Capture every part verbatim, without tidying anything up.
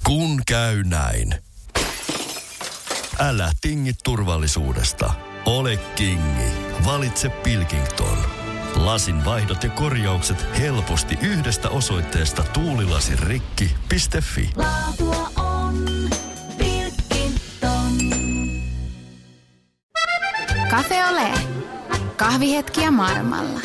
Kun käy näin. Älä tingi turvallisuudesta. Ole kingi. Valitse Pilkington. Lasin vaihdot ja korjaukset helposti yhdestä osoitteesta tuulilasirikki piste fi. Laatua on Pilkington. Cafe Ole. Kahvihetkiä maailmalla.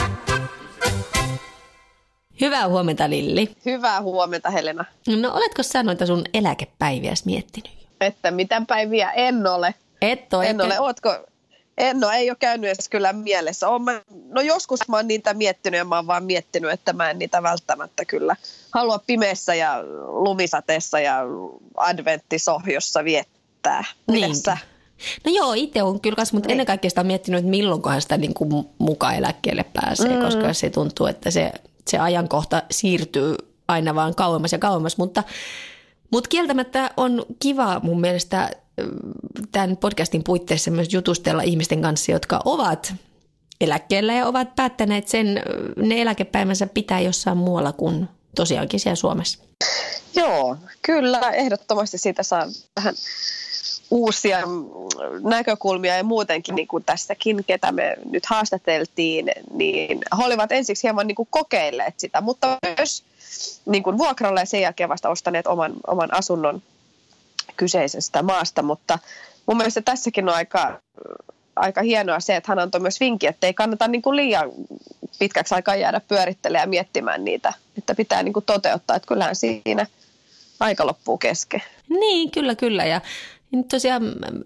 Hyvää huomenta, Lilli. Hyvää huomenta, Helena. No, oletko sä noita sun eläkepäiviäsi miettinyt? Että mitä päiviä en ole. Et ole. En ole. Ootko? En ole. Ei ole käynyt edes kyllä mielessä. Oon mä, no joskus mä oon niitä miettinyt ja mä oon vaan miettinyt, että mä en niitä välttämättä kyllä halua pimeässä ja lumisateessa ja adventtisohjossa viettää. Mites sä? No joo, itse on kyllä kanssa, mutta niin. Ennen kaikkea sitä on miettinyt, että milloinkohan sitä niin kuin mukaan eläkkeelle pääsee, mm. koska se tuntuu, että se, se ajankohta siirtyy aina vaan kauemmas ja kauemmas, mutta, mutta kieltämättä on kiva mun mielestä tämän podcastin puitteissa myös jutustella ihmisten kanssa, jotka ovat eläkkeellä ja ovat päättäneet sen, ne eläkepäivänsä pitää jossain muualla kuin tosiaankin siellä Suomessa. Joo, kyllä, ehdottomasti siitä saa vähän uusia näkökulmia ja muutenkin niin kuin tässäkin, ketä me nyt haastateltiin, niin he olivat ensiksi hieman niin kuin kokeilleet sitä, mutta myös niin kuin vuokralla ja sen jälkeen vasta ostaneet oman, oman asunnon kyseisestä maasta, mutta mun mielestä tässäkin on aika, aika hienoa se, että hän antoi myös vinkki, että ei kannata niin kuin liian pitkäksi aikaa jäädä pyörittelemään ja miettimään niitä, että pitää niin kuin toteuttaa, että kyllähän siinä aika loppuu kesken. Niin, kyllä, kyllä. Ja nyt tosiaan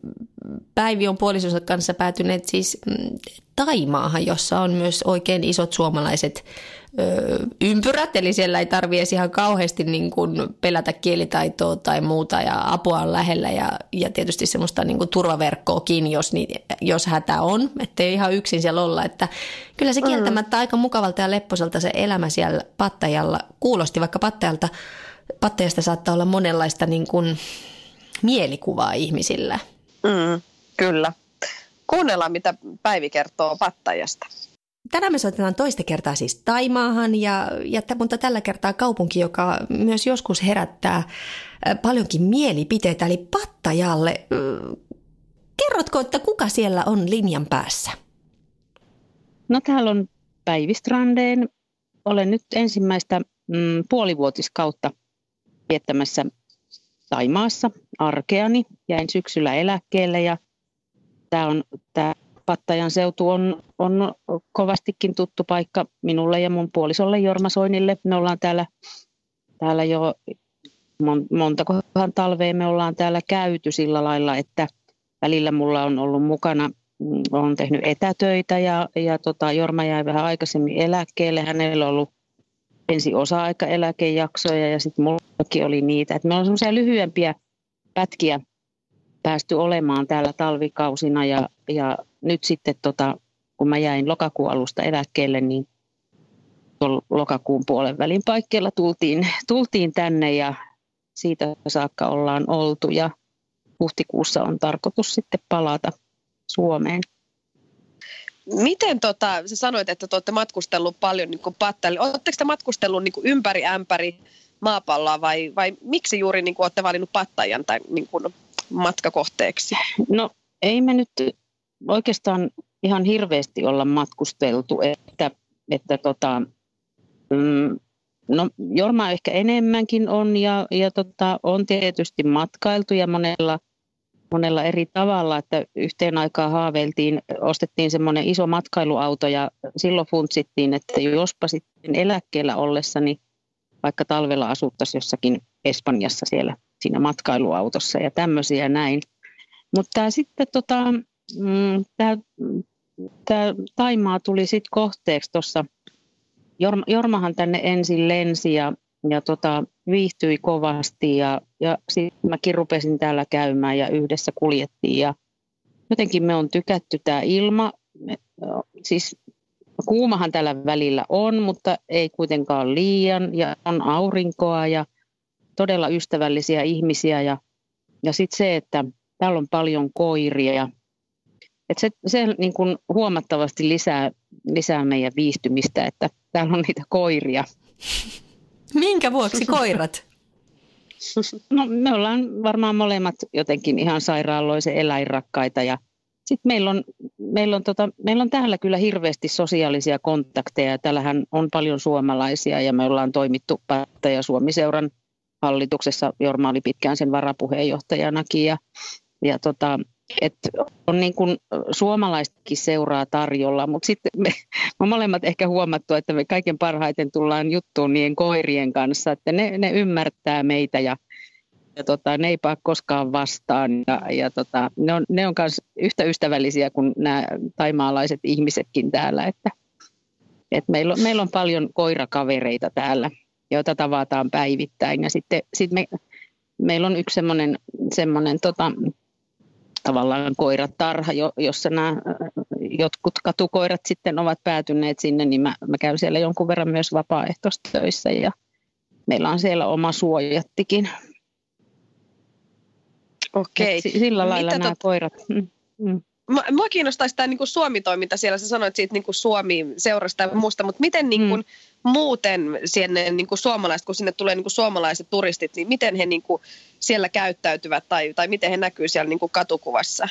Päivi on puolisonsa kanssa päätyneet siis Taimaahan, jossa on myös oikein isot suomalaiset ö, ympyrät, eli siellä ei tarvitse ihan kauheasti niin kuin pelätä kielitaitoa tai muuta ja apua on lähellä ja, ja tietysti semmoista niin kuin turvaverkkoakin, jos, niin, jos hätä on, ettei ihan yksin siellä olla, että kyllä se kieltämättä mm. aika mukavalta ja lepposalta se elämä siellä Pattajalla kuulosti, vaikka Pattajalta, Pattajasta saattaa olla monenlaista niin kuin mielikuvaa ihmisillä. Mm, kyllä. Kuunnellaan, mitä Päivi kertoo Pattajasta. Tänään me soitetaan toista kertaa siis Taimaahan, ja, ja, mutta tällä kertaa kaupunki, joka myös joskus herättää paljonkin mielipiteitä, eli Pattajalle. Kerrotko, että kuka siellä on linjan päässä? No täällä on Päivi Strandén. Olen nyt ensimmäistä mm, puolivuotiskautta viettämässä Taimaassa arkeani. Jäin syksyllä eläkkeelle ja tämä on tämä Pattajan seutu on, on kovastikin tuttu paikka minulle ja mun puolisolle Jorma Soinille. Me ollaan täällä, täällä jo mon, montakohan talvea me ollaan täällä käyty sillä lailla, että välillä mulla on ollut mukana, olen tehnyt etätöitä ja, ja tota, Jorma jäi vähän aikaisemmin eläkkeelle. Hänellä on ollut ensin osa-aikaeläkejaksoja ja sitten mullakin oli niitä. Et me ollaan semmoisia lyhyempiä pätkiä päästy olemaan täällä talvikausina ja, ja nyt sitten tota, kun mä jäin lokakuun alusta eläkkeelle, niin lokakuun puolen välin paikkeilla tultiin, tultiin tänne ja siitä saakka ollaan oltu ja huhtikuussa on tarkoitus sitten palata Suomeen. Miten tota, sä sanoit, että te olette matkustellut paljon niin kuin Pattajalle. Oletteko te matkustellut niin kuin ympäri ämpäri maapalloa vai, vai miksi juuri niin kuin olette valinnut Pattajan tai niin kuin matkakohteeksi? No ei me nyt oikeastaan ihan hirveästi olla matkusteltu, että, että tota, mm, no Jorma ehkä enemmänkin on ja, ja tota, on tietysti matkailtu ja monella, monella eri tavalla, että yhteen aikaan haaveiltiin, ostettiin semmoinen iso matkailuauto ja silloin funtsittiin, että jospa sitten eläkkeellä ollessani vaikka talvella asuttaisiin jossakin Espanjassa siellä siinä matkailuautossa ja tämmöisiä näin. Mutta sitten tota, mm, tämä Taimaa tuli sitten kohteeksi tuossa. Jorma, Jormahan tänne ensin lensi ja, ja tota, viihtyi kovasti ja, ja sitten mäkin rupesin täällä käymään ja yhdessä kuljettiin. Ja jotenkin me on tykätty tämä ilma. Siis kuumahan tällä välillä on, mutta ei kuitenkaan liian ja on aurinkoa ja todella ystävällisiä ihmisiä ja, ja sitten se, että täällä on paljon koiria. Et se se niin kuin huomattavasti lisää, lisää meidän viihtymistä, että täällä on niitä koiria. Minkä vuoksi koirat? No, me ollaan varmaan molemmat jotenkin ihan sairaaloisen eläinrakkaita ja sitten meillä on, meillä, on tota, meillä on täällä kyllä hirveästi sosiaalisia kontakteja. Täällähän on paljon suomalaisia ja me ollaan toimittu Pattaja Suomi-seuran hallituksessa. Jorma oli pitkään sen varapuheenjohtajanakin ja, ja tota, et on niin kuin suomalaistakin seuraa tarjolla, mutta sitten me, me molemmat ehkä huomattu, että me kaiken parhaiten tullaan juttuun niiden koirien kanssa, että ne, ne ymmärtää meitä ja, ja tota, ne ei paa koskaan vastaan ja, ja tota, ne on, ne on myös yhtä ystävällisiä kuin nämä taimaalaiset ihmisetkin täällä, että, että meillä, on, meillä on paljon koirakavereita täällä, joita tavataan päivittäin ja sitten sit me, meillä on yksi semmoinen, semmoinen tota, tavallaan koiratarha, jossa nämä jotkut katukoirat sitten ovat päätyneet sinne, niin mä, mä käyn siellä jonkun verran myös vapaaehtoistöissä ja meillä on siellä oma suojattikin. Okei. Et sillä lailla Mitä nämä tot... koirat. Mm, mm. Mua kiinnostaisi tämä niin Suomi-toiminta siellä. Sä sanoit siitä niin Suomi-seurasta ja muusta, mutta miten niin kuin mm. muuten sinne niin suomalaiset, kun sinne tulee niin suomalaiset turistit, niin miten he niin siellä käyttäytyvät tai, tai miten he näkyy siellä niin katukuvassa?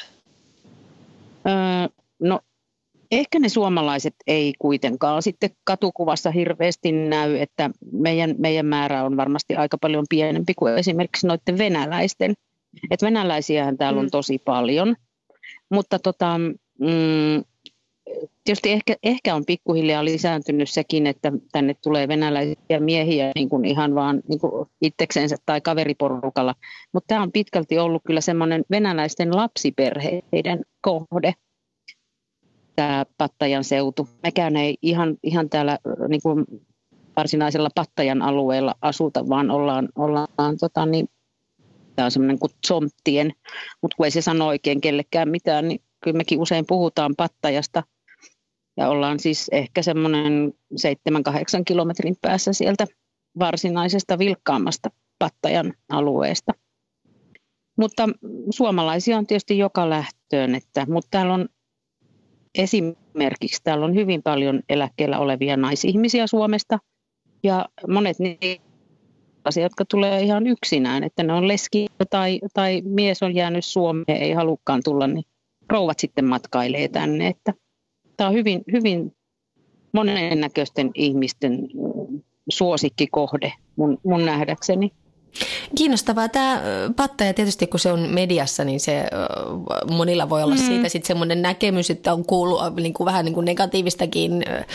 Öö, no ehkä ne suomalaiset ei kuitenkaan sitten katukuvassa hirveästi näy, että meidän, meidän määrä on varmasti aika paljon pienempi kuin esimerkiksi noiden venäläisten. Että venäläisiähän täällä on tosi paljon. Mutta tota, mm, tietysti ehkä, ehkä on pikkuhiljaa lisääntynyt sekin, että tänne tulee venäläisiä miehiä niin kuin ihan vaan niin kuin itseksensä tai kaveriporukalla. Mutta tämä on pitkälti ollut kyllä semmoinen venäläisten lapsiperheiden kohde, tämä Pattajan seutu. Mekään ei ihan, ihan täällä niin kuin varsinaisella Pattajan alueella asuta, vaan ollaan, ollaan tota, niin, tämä on semmoinen kuin Zomttien, mutta kun ei se sano oikein kellekään mitään, niin kyllä mekin usein puhutaan Pattajasta. Ja ollaan siis ehkä semmoinen seitsemän kahdeksan kilometrin päässä sieltä varsinaisesta vilkkaammasta Pattajan alueesta. Mutta suomalaisia on tietysti joka lähtöön, että, mutta täällä on esimerkiksi täällä on hyvin paljon eläkkeellä olevia naisihmisiä Suomesta. Ja monet niitä, jotka tulee ihan yksinään, että ne on leski tai, tai mies on jäänyt Suomeen, ei halukkaan tulla, niin rouvat sitten matkailee tänne. Että tämä on hyvin, hyvin monennäköisten ihmisten suosikkikohde mun, mun nähdäkseni. Kiinnostavaa tämä Pattaja tietysti, kun se on mediassa, niin se monilla voi olla mm. siitä sitten semmoinen näkemys, että on kuullut niin kuin vähän niin kuin negatiivistakin äh,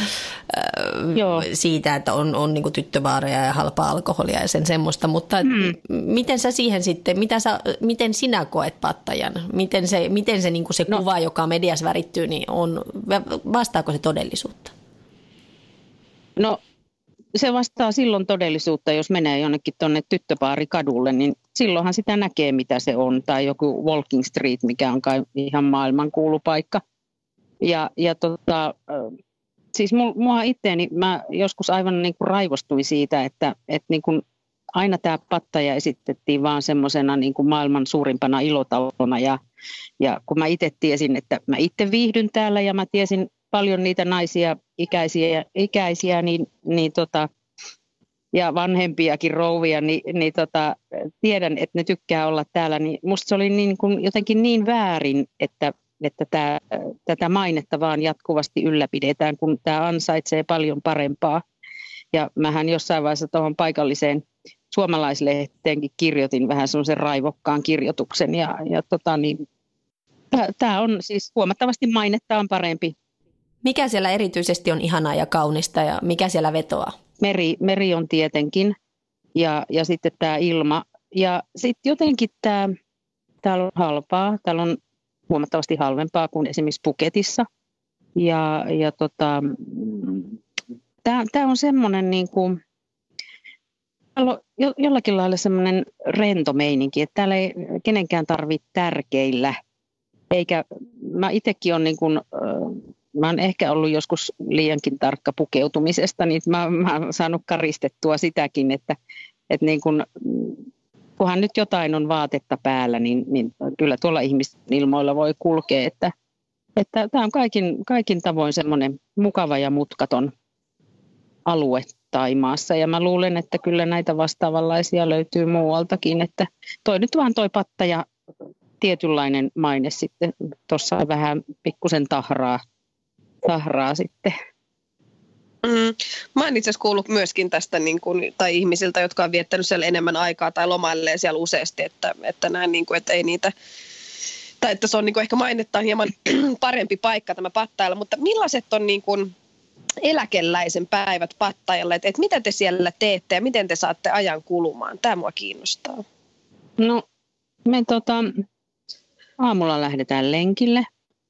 siitä, että on, on niin kuin tyttövaareja ja halpaa alkoholia ja sen semmoista, mutta mm. miten sä siihen sitten, mitä sä, miten sinä koet Pattajan? Miten se, miten se, niin kuin se no. kuva, joka mediassa värittyy, niin on, vastaako se todellisuutta? No. Se vastaa silloin todellisuutta, jos menee jonnekin tuonne tyttöbaarikadulle, niin silloinhan sitä näkee, mitä se on. Tai joku Walking Street, mikä on kai ihan maailmankuulu paikka. Ja, ja tota, siis mua itteeni, mä joskus aivan niin kuin raivostuin siitä, että, että niin kuin aina tämä Pattaja esitettiin vaan semmoisena niin kuin maailman suurimpana ilotalona. Ja, ja kun mä itse tiesin, että mä itse viihdyn täällä ja mä tiesin paljon niitä naisia, ikäisiä, ikäisiä niin, niin tota, ja vanhempiakin rouvia, niin, niin tota, tiedän, että ne tykkää olla täällä. Niin musta se oli niin kuin jotenkin niin väärin, että, että tää, tätä mainetta vaan jatkuvasti ylläpidetään, kun tämä ansaitsee paljon parempaa. Ja mähän jossain vaiheessa tuohon paikalliseen suomalaislehteenkin kirjoitin vähän semmoisen raivokkaan kirjoituksen. Ja, ja tota, niin, tämä on siis huomattavasti mainetta on parempi. Mikä siellä erityisesti on ihanaa ja kaunista ja mikä siellä vetoaa? Meri, meri on tietenkin ja, ja sitten tämä ilma. Ja sitten jotenkin tämä, täällä on halpaa, täällä on huomattavasti halvempaa kuin esimerkiksi Phuketissa. Ja, ja tota, tämä on semmoinen niin kuin, täällä on jo, jollakin lailla semmoinen rento meininki, että täällä ei kenenkään tarvitse tärkeillä. Eikä, mä itsekin olen niin kuin, mä oon ehkä ollut joskus liiankin tarkka pukeutumisesta, niin mä, mä oon saanut karistettua sitäkin, että, että niin kun, kunhan nyt jotain on vaatetta päällä, niin, niin kyllä tuolla ihmisten ilmoilla voi kulkea, että, että tämä on kaikin, kaikin tavoin semmoinen mukava ja mutkaton alue Thaimaassa. Ja mä luulen, että kyllä näitä vastaavanlaisia löytyy muualtakin. Että toi nyt vaan toi pattaja tietynlainen maine sitten. Tuossa on vähän pikkusen tahraa, tahraa sitten. Mm. Mä oon itse asiassa kuullut myöskin tästä niin kun, tai ihmisiltä, jotka on viettänyt siellä enemmän aikaa tai lomaillee siellä useasti, että, että näin niin kuin, että ei niitä, tai että se on niin kuin ehkä mainettaan hieman parempi paikka tämä Pattayalla, mutta millaiset on niin kuin eläkeläisen päivät Pattayalle, että, että mitä te siellä teette ja miten te saatte ajan kulumaan? Tämä mua kiinnostaa. No me tota, aamulla lähdetään lenkille.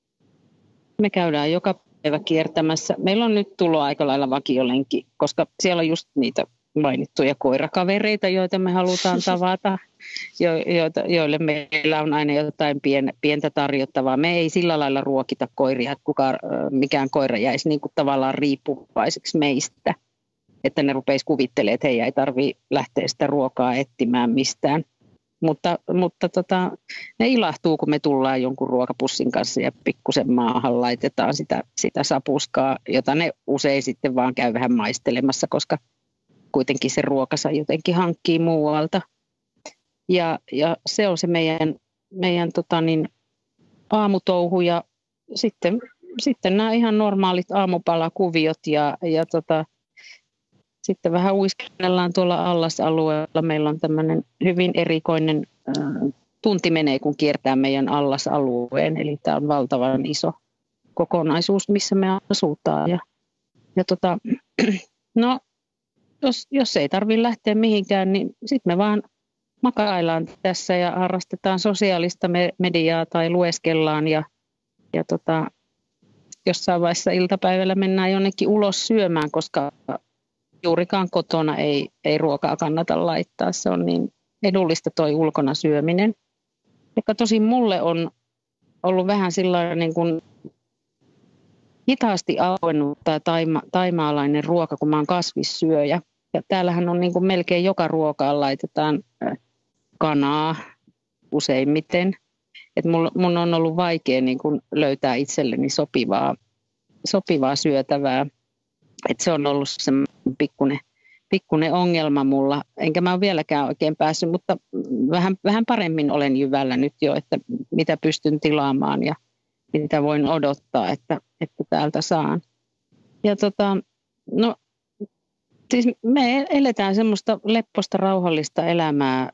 Me käydään joka päivä kiertämässä. Meillä on nyt tullut aika lailla vakiolenkki, koska siellä on just niitä mainittuja koirakavereita, joita me halutaan tavata, jo, joita, joille meillä on aina jotain pien, pientä tarjottavaa. Me ei sillä lailla ruokita koiria, että kukaan, mikään koira jäisi niin kuin tavallaan riippuvaiseksi meistä, että ne rupeisi kuvittelemaan, että hei, ei tarvitse lähteä sitä ruokaa etsimään mistään. Mutta, mutta tota, ne ilahtuu, kun me tullaan jonkun ruokapussin kanssa ja pikkusen maahan laitetaan sitä, sitä sapuskaa, jota ne usein sitten vaan käy vähän maistelemassa, koska kuitenkin se ruokansa jotenkin hankkii muualta. Ja, ja se on se meidän, meidän tota niin, aamutouhu ja sitten, sitten nämä ihan normaalit aamupalakuviot ja, ja tota, sitten vähän uiskennellaan tuolla allasalueella. Meillä on tämmöinen hyvin erikoinen äh, tunti menee, kun kiertää meidän allasalueen. Eli tämä on valtavan iso kokonaisuus, missä me asutaan. Ja, ja tota, no, jos, jos ei tarvitse lähteä mihinkään, niin sitten me vaan makaillaan tässä ja harrastetaan sosiaalista mediaa tai lueskellaan. Ja, ja tota, jossain vaiheessa iltapäivällä mennään jonnekin ulos syömään, koska juurikaan kotona ei, ei ruokaa kannata laittaa. Se on niin edullista toi ulkona syöminen. Joka tosin mulle on ollut vähän sellainen niin kuin hitaasti auennut tämä taima, taimaalainen ruoka, kun mä oon kasvissyöjä. Ja täällähän on niin kuin melkein joka ruokaan laitetaan kanaa useimmiten. Et mun, mun on ollut vaikea niin kuin löytää itselleni sopivaa, sopivaa syötävää. Et se on ollut semmoinen pikkuinen, pikkuinen ongelma mulla. Enkä mä ole vieläkään oikein päässyt, mutta vähän, vähän paremmin olen jyvällä nyt jo, että mitä pystyn tilaamaan ja mitä voin odottaa, että, että täältä saan. Ja tota, no, siis me eletään semmoista lepposta, rauhallista elämää,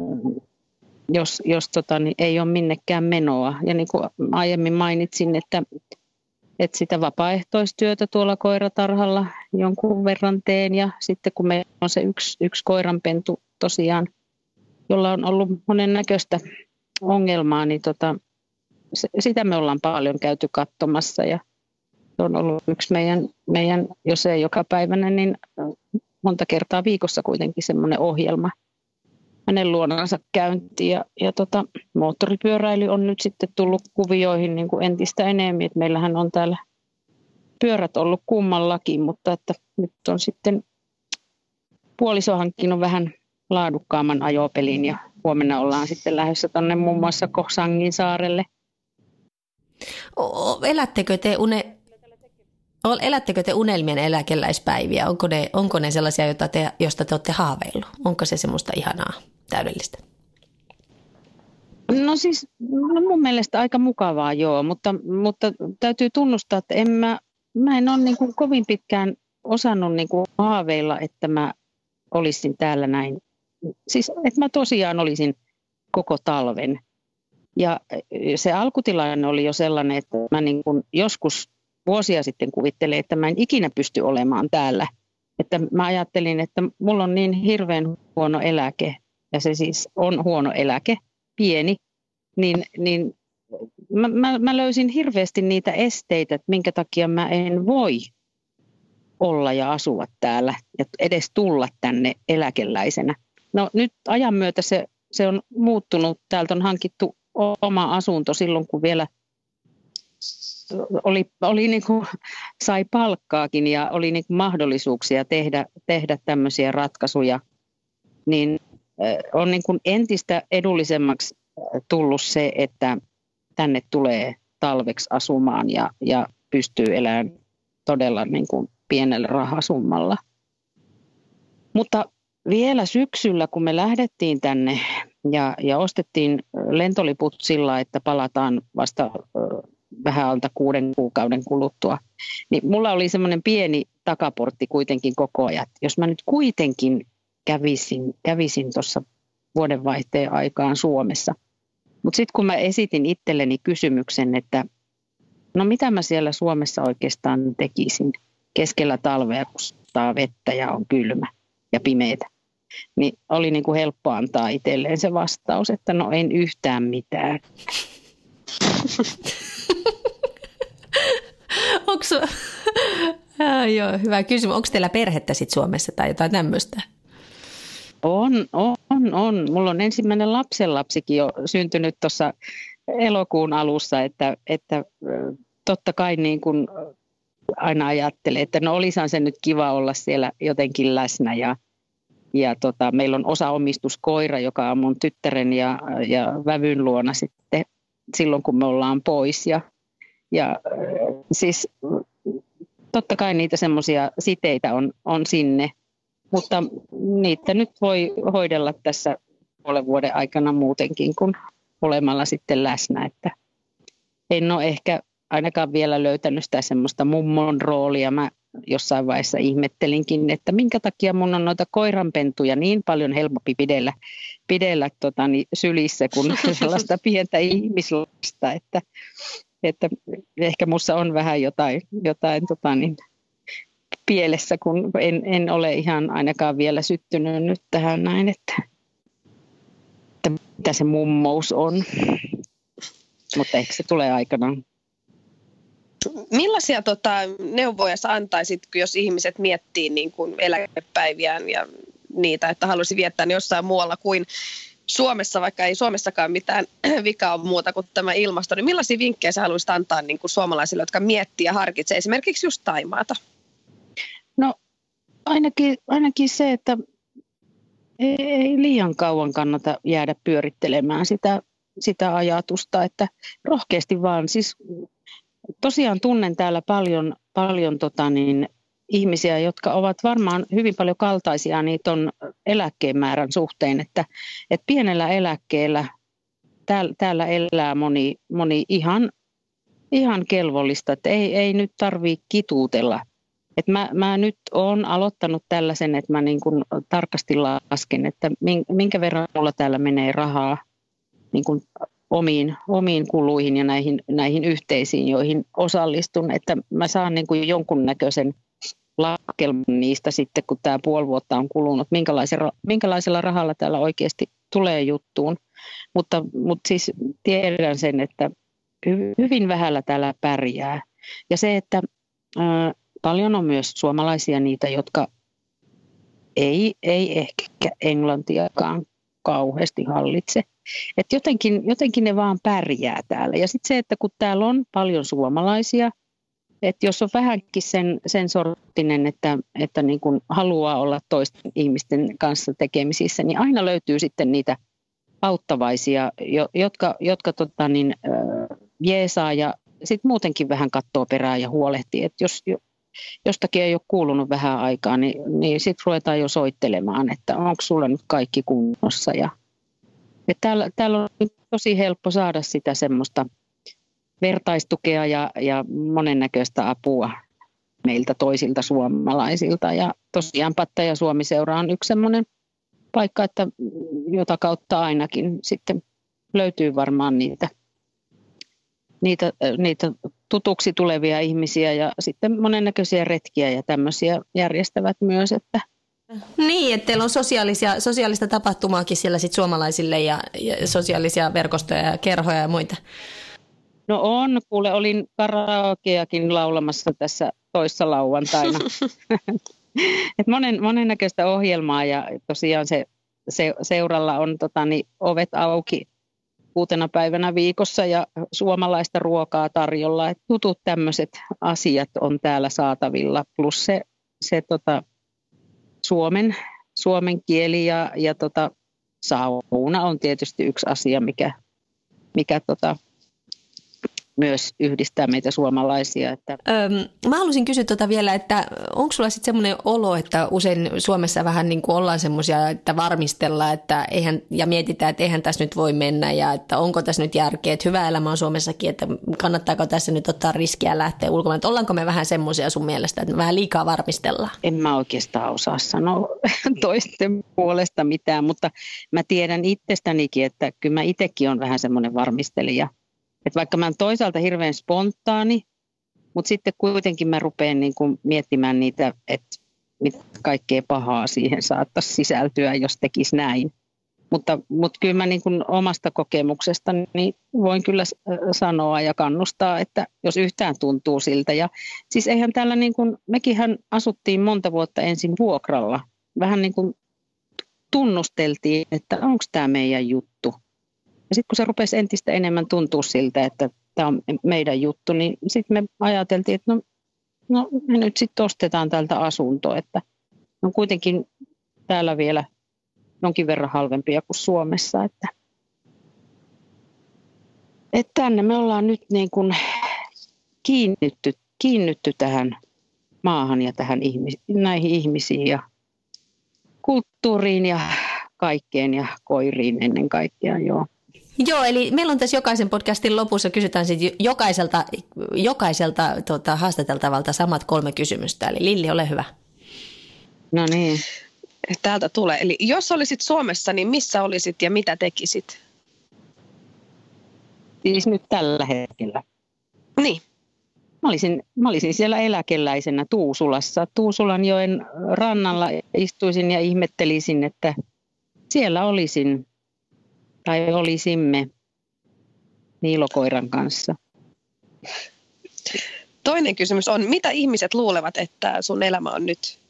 jos, jos tota, niin ei ole minnekään menoa. Ja niin kuin aiemmin mainitsin, että Että sitä vapaaehtoistyötä tuolla koiratarhalla jonkun verran teen ja sitten kun meillä on se yksi, yksi koiranpentu tosiaan, jolla on ollut monennäköistä ongelmaa, niin tota, sitä me ollaan paljon käyty katsomassa ja se on ollut yksi meidän, meidän jos ei joka päivänä, niin monta kertaa viikossa kuitenkin semmoinen ohjelma hänen luonansa käyntiin. Ja, ja tota, moottoripyöräily on nyt sitten tullut kuvioihin niin kuin entistä enemmän. Et meillähän on täällä pyörät ollut kummallakin, mutta että nyt on sitten puoliso hankkinut vähän laadukkaamman ajopelin ja huomenna ollaan sitten lähdössä tuonne muun muassa Koh-Sangin saarelle. Elättekö te, une, elättekö te unelmien eläkeläispäiviä? Onko ne, onko ne sellaisia, joita te, joista te olette haaveillut? Onko se semmoista ihanaa, täydellistä? No siis no mun mielestä aika mukavaa joo, mutta, mutta täytyy tunnustaa, että en mä, mä en ole niin kuin kovin pitkään osannut niin kuin haaveilla, että mä olisin täällä näin. Siis että mä tosiaan olisin koko talven. Ja se alkutilanne oli jo sellainen, että mä niin kuin joskus vuosia sitten kuvittelin, että mä en ikinä pysty olemaan täällä. Että mä ajattelin, että mulla on niin hirveän huono eläke, ja se siis on huono eläke, pieni, niin, niin mä, mä, mä löysin hirveästi niitä esteitä, että minkä takia mä en voi olla ja asua täällä ja edes tulla tänne eläkeläisenä. No nyt ajan myötä se, se on muuttunut. Täältä on hankittu oma asunto silloin, kun vielä oli, oli niin kuin, sai palkkaakin ja oli niin kuin mahdollisuuksia tehdä, tehdä tämmöisiä ratkaisuja. Niin on niin kuin entistä edullisemmaksi tullut se, että tänne tulee talveksi asumaan ja, ja pystyy elämään todella niin kuin pienellä rahasummalla. Mutta vielä syksyllä, kun me lähdettiin tänne ja, ja ostettiin lentoliput sillä, että palataan vasta vähän alta kuuden kuukauden kuluttua, niin mulla oli semmoinen pieni takaportti kuitenkin koko ajan. Jos mä nyt kuitenkin kävisin, kävisin tuossa vuodenvaihteen aikaan Suomessa. Mutta sitten kun mä esitin itselleni kysymyksen, että no mitä mä siellä Suomessa oikeastaan tekisin keskellä talvea, kun sataa vettä ja on kylmä ja pimeätä, niin oli niin kuin helppo antaa itselleen se vastaus, että no en yhtään mitään. Onko su... ah, joo, hyvä kysymys. Onko teillä perhettä sit Suomessa tai jotain tämmöistä? On, on, on. Mulla on ensimmäinen lapsenlapsikin jo syntynyt tuossa elokuun alussa, että, että totta kai niin kuin aina ajattelee, että no olisihan se nyt kiva olla siellä jotenkin läsnä ja, ja tota, meillä on osaomistuskoira, joka on mun tyttären ja, ja vävyn luona sitten silloin, kun me ollaan pois ja, ja siis totta kai niitä semmoisia siteitä on, on sinne, mutta niitä nyt voi hoidella tässä puolen vuoden aikana muutenkin kuin olemalla sitten läsnä, että en ole ehkä ainakaan vielä löytänyt sitä semmoista mummon roolia. Mä jossain vaiheessa ihmettelinkin, että minkä takia mun on noita koiranpentuja niin paljon helpompi pidellä, pidellä tota, niin sylissä kuin sellaista pientä ihmislasta, että, että ehkä musta on vähän jotain, jotain tota, niin, pielessä, kun en, en ole ihan ainakaan vielä syttynyt nyt tähän näin, että, että mitä se mummous on, mutta ehkä se tulee aikanaan. Millaisia tota, neuvoja sä antaisit, jos ihmiset miettii niin kuin eläkepäiviään ja niitä, että haluaisi viettää ne jossain muualla kuin Suomessa, vaikka ei Suomessakaan mitään vikaa ole muuta kuin tämä ilmasto, niin millaisia vinkkejä sä haluaisit antaa niin kuin suomalaisille, jotka miettii ja harkitsee esimerkiksi just Thaimaata? No ainakin, ainakin se, että ei liian kauan kannata jäädä pyörittelemään sitä, sitä ajatusta, että rohkeasti vaan. Siis tosiaan tunnen täällä paljon, paljon tota niin, ihmisiä, jotka ovat varmaan hyvin paljon kaltaisia niitä on eläkkeen määrän suhteen, että, että pienellä eläkkeellä täällä, täällä elää moni, moni ihan, ihan kelvollista, että ei, ei nyt tarvitse kituutella. Että mä, mä nyt olen aloittanut tällaisen, että mä niin kuin tarkasti lasken, että minkä verran mulla täällä menee rahaa niin kuin omiin, omiin kuluihin ja näihin, näihin yhteisiin, joihin osallistun, että mä saan niin kuin jonkunnäköisen laskelman niistä sitten, kun tämä puoli vuotta on kulunut, minkälaisella, minkälaisella rahalla täällä oikeasti tulee juttuun. Mutta, mutta siis tiedän sen, että hyvin vähällä täällä pärjää. Ja se, että ää, paljon on myös suomalaisia niitä, jotka ei, ei ehkä englantiakaan kauheasti hallitse. Että jotenkin, jotenkin ne vaan pärjää täällä. Ja sitten se, että kun täällä on paljon suomalaisia, että jos on vähänkin sen, sen sorttinen, että, että niin kun haluaa olla toisten ihmisten kanssa tekemisissä, niin aina löytyy sitten niitä auttavaisia, jotka, jotka tota niin, jeesaa ja sitten muutenkin vähän katsoo perään ja huolehtii. Että jos jostakin ei ole kuulunut vähän aikaa, niin, niin sitten ruvetaan jo soittelemaan, että onko sulla nyt kaikki kunnossa. Ja, ja täällä, täällä on tosi helppo saada sitä semmoista vertaistukea ja, ja monennäköistä apua meiltä toisilta suomalaisilta. Ja tosiaan Pattaja Suomi-seura on yksi semmoinen paikka, että jota kautta ainakin sitten löytyy varmaan niitä, niitä, niitä tutuksi tulevia ihmisiä ja sitten monennäköisiä retkiä ja tämmöisiä järjestävät myös, että niin, että teillä on sosiaalisia, sosiaalista tapahtumaakin siellä sit suomalaisille ja, ja sosiaalisia verkostoja ja kerhoja ja muita. No on, kuule, olin karaokeakin laulamassa tässä toissa lauantaina. Et monen, monennäköistä ohjelmaa ja tosiaan se, se seuralla on tota, niin, ovet auki kuutena päivänä viikossa ja suomalaista ruokaa tarjolla. Et tutut tämmöiset asiat on täällä saatavilla, plus se, se tota, suomen, suomen kieli ja, ja tota, sauna on tietysti yksi asia, mikä, mikä tota, myös yhdistää meitä suomalaisia. Että. Öm, mä haluaisin kysyä tuota vielä, että onko sulla sitten semmoinen olo, että usein Suomessa vähän niin kuin ollaan semmoisia, että varmistellaan että eihän, ja mietitään, että eihän tässä nyt voi mennä ja että onko tässä nyt järkeä, että hyvä elämä on Suomessakin, että kannattaako tässä nyt ottaa riskiä ja lähteä ulkomaan. Että ollaanko me vähän semmoisia sun mielestä, että me vähän liikaa varmistellaan? En mä oikeastaan osaa sanoa toisten puolesta mitään, mutta mä tiedän itsestänikin, että kyllä mä itsekin olen vähän semmoinen varmistelija. Että vaikka mä oon toisaalta hirveän spontaani, mutta sitten kuitenkin mä rupean niin kuin miettimään niitä, että mitä kaikkea pahaa siihen saattaisi sisältyä, jos tekisi näin. Mutta, mutta kyllä mä niin kuin omasta kokemuksesta niin voin kyllä sanoa ja kannustaa, että jos yhtään tuntuu siltä. Ja siis eihän täällä niin kuin, mekinhän asuttiin monta vuotta ensin vuokralla. Vähän niin kuin tunnusteltiin, että onko tämä meidän juttu. Ja sitten kun se rupesi entistä enemmän tuntua siltä, että tämä on meidän juttu, niin sitten me ajateltiin, että no, no me nyt sitten ostetaan täältä asunto, että on kuitenkin täällä vielä jonkin verran halvempia kuin Suomessa. Että, että tänne me ollaan nyt niin kuin kiinnytty, kiinnytty tähän maahan ja tähän ihmis, näihin ihmisiin ja kulttuuriin ja kaikkeen ja koiriin ennen kaikkea, joo. Joo, eli meillä on tässä jokaisen podcastin lopussa, kysytään sitten jokaiselta, jokaiselta tota, haastateltavalta samat kolme kysymystä. Eli Lilli, ole hyvä. No niin. Täältä tulee. Eli jos olisit Suomessa, niin missä olisit ja mitä tekisit? Siis nyt tällä hetkellä. Niin. Mä olisin, mä olisin siellä eläkeläisenä Tuusulassa. Tuusulanjoen rannalla istuisin ja ihmettelisin, että siellä olisin tai olisimme Niilokoiran kanssa. Toinen kysymys on, mitä ihmiset luulevat, että sun elämä on nyt?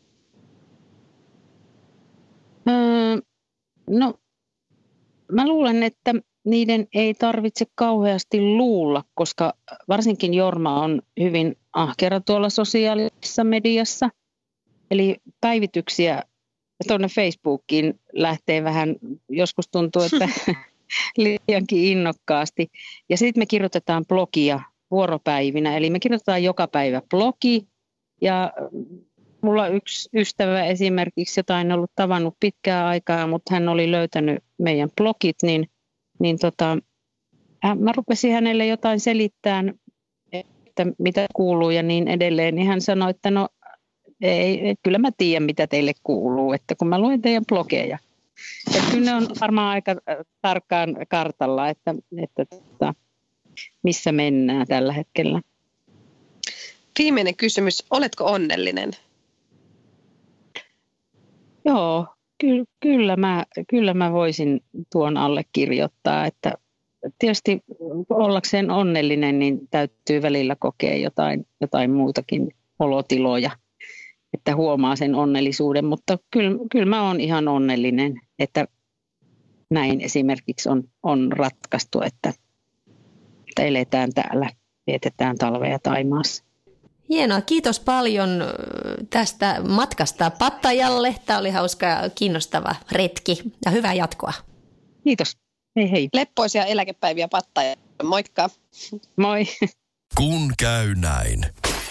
Öö, no, mä luulen, että niiden ei tarvitse kauheasti luulla, koska varsinkin Jorma on hyvin ahkera tuolla sosiaalisessa mediassa. Eli päivityksiä tuonne Facebookiin lähtee vähän, joskus tuntuu, että liiankin innokkaasti. Ja sitten me kirjoitetaan blogia vuoropäivinä, eli me kirjoitetaan joka päivä blogi. Ja mulla yksi ystävä esimerkiksi, jota en ollut tavannut pitkään aikaa, mutta hän oli löytänyt meidän blogit, niin, niin tota, mä rupesin hänelle jotain selittämään, että mitä kuuluu ja niin edelleen. Niin hän sanoi, että no ei, kyllä mä tiedän, mitä teille kuuluu, että kun mä luen teidän blogeja. Ja kyllä ne on varmaan aika tarkkaan kartalla, että, että, että missä mennään tällä hetkellä. Viimeinen kysymys, oletko onnellinen? Joo, ky- kyllä, mä, kyllä mä voisin tuon allekirjoittaa, että tietysti ollakseen onnellinen, niin täytyy välillä kokea jotain, jotain muutakin olotiloja, että huomaa sen onnellisuuden, mutta kyllä, kyllä mä oon ihan onnellinen, että näin esimerkiksi on, on ratkaistu, että, että eletään täällä, vietetään talveja Thaimaassa. Hienoa, kiitos paljon tästä matkasta Pattajalle. Tämä oli hauska ja kiinnostava retki ja hyvää jatkoa. Kiitos, hei hei. Leppoisia eläkepäiviä Pattajalle, moikka. Moi. Kun käy näin.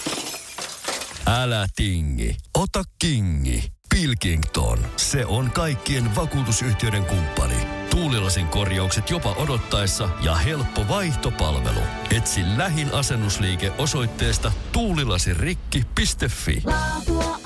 Älä tingi, ota kingi. Pilkington, se on kaikkien vakuutusyhtiöiden kumppani. Tuulilasin korjaukset jopa odottaessa ja helppo vaihtopalvelu. Etsi lähin asennusliike osoitteesta tuulilasirikki piste fi. Laatua